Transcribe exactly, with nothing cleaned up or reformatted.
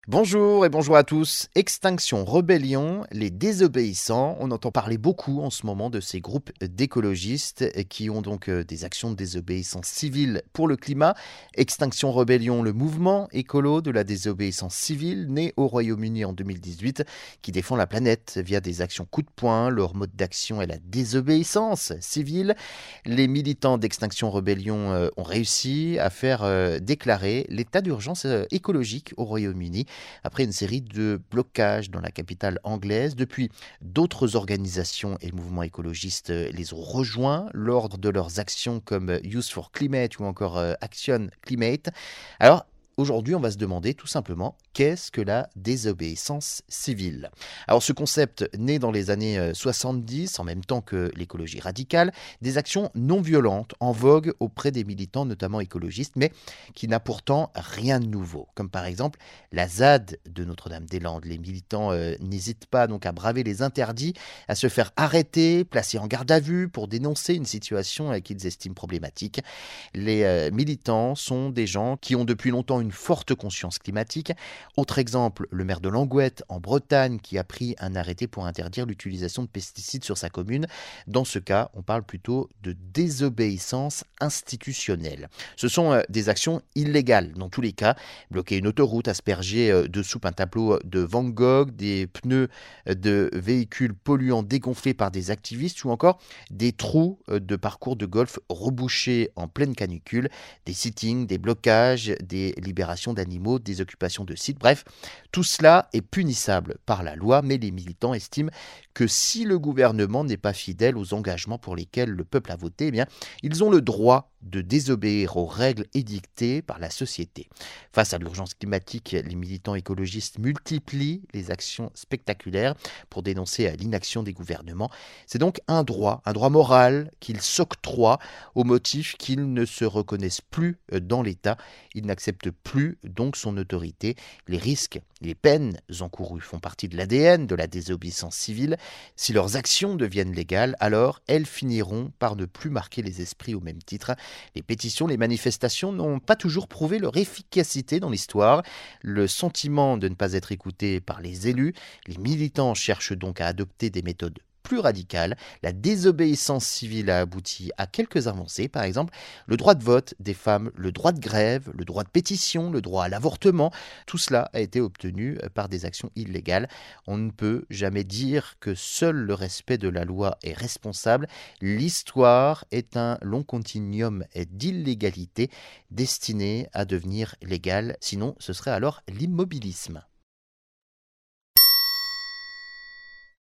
Bonjour et bonjour à tous. Extinction Rebellion, les désobéissants. On entend parler beaucoup en ce moment de ces groupes d'écologistes qui ont donc euh, des actions de désobéissance civile pour le climat. Extinction Rebellion, le mouvement écolo de la désobéissance civile né au Royaume-Uni en deux mille dix-huit qui défend la planète via des actions coup de poing. Leur mode d'action est la désobéissance civile. Les militants d'Extinction Rebellion euh, ont réussi à faire euh, déclarer l'état d'urgence euh, écologique au Royaume-Uni après une série de blocages dans la capitale anglaise. Depuis, d'autres organisations et mouvements écologistes les ont rejoints lors de leurs actions comme Youth for Climate ou encore euh, Action Climate. Alors, aujourd'hui, on va se demander tout simplement qu'est-ce que la désobéissance civile. Alors ce concept naît dans les années soixante-dix, en même temps que l'écologie radicale, des actions non violentes en vogue auprès des militants, notamment écologistes, mais qui n'a pourtant rien de nouveau. Comme par exemple la Z A D de Notre-Dame-des-Landes. Les militants euh, n'hésitent pas donc à braver les interdits, à se faire arrêter, placer en garde à vue pour dénoncer une situation euh, qu'ils estiment problématique. Les euh, militants sont des gens qui ont depuis longtemps une forte conscience climatique. Autre exemple, le maire de Langouette en Bretagne qui a pris un arrêté pour interdire l'utilisation de pesticides sur sa commune. Dans ce cas, on parle plutôt de désobéissance institutionnelle. Ce sont euh, des actions illégales dans tous les cas. Bloquer une autoroute, asperger euh, de soupe un tableau de Van Gogh, des pneus euh, de véhicules polluants dégonflés par des activistes ou encore des trous euh, de parcours de golf rebouchés en pleine canicule, des sittings, des blocages, des libérations d'animaux, des occupations de sites. Bref, tout cela est punissable par la loi, mais les militants estiment que si le gouvernement n'est pas fidèle aux engagements pour lesquels le peuple a voté, eh bien, ils ont le droit de désobéir aux règles édictées par la société. Face à l'urgence climatique, les militants écologistes multiplient les actions spectaculaires pour dénoncer l'inaction des gouvernements. C'est donc un droit, un droit moral qu'ils s'octroient au motif qu'ils ne se reconnaissent plus dans l'État. Ils n'acceptent plus donc son autorité. Les risques, les peines encourues font partie de l'A D N de la désobéissance civile. Si leurs actions deviennent légales, alors elles finiront par ne plus marquer les esprits au même titre. Les pétitions, les manifestations n'ont pas toujours prouvé leur efficacité dans l'histoire. Le sentiment de ne pas être écouté par les élus, les militants cherchent donc à adopter des méthodes plus radicales. La désobéissance civile a abouti à quelques avancées, par exemple le droit de vote des femmes, le droit de grève, le droit de pétition, le droit à l'avortement. Tout cela a été obtenu par des actions illégales. On ne peut jamais dire que seul le respect de la loi est responsable. L'histoire est un long continuum d'illégalité destiné à devenir légal, sinon ce serait alors l'immobilisme.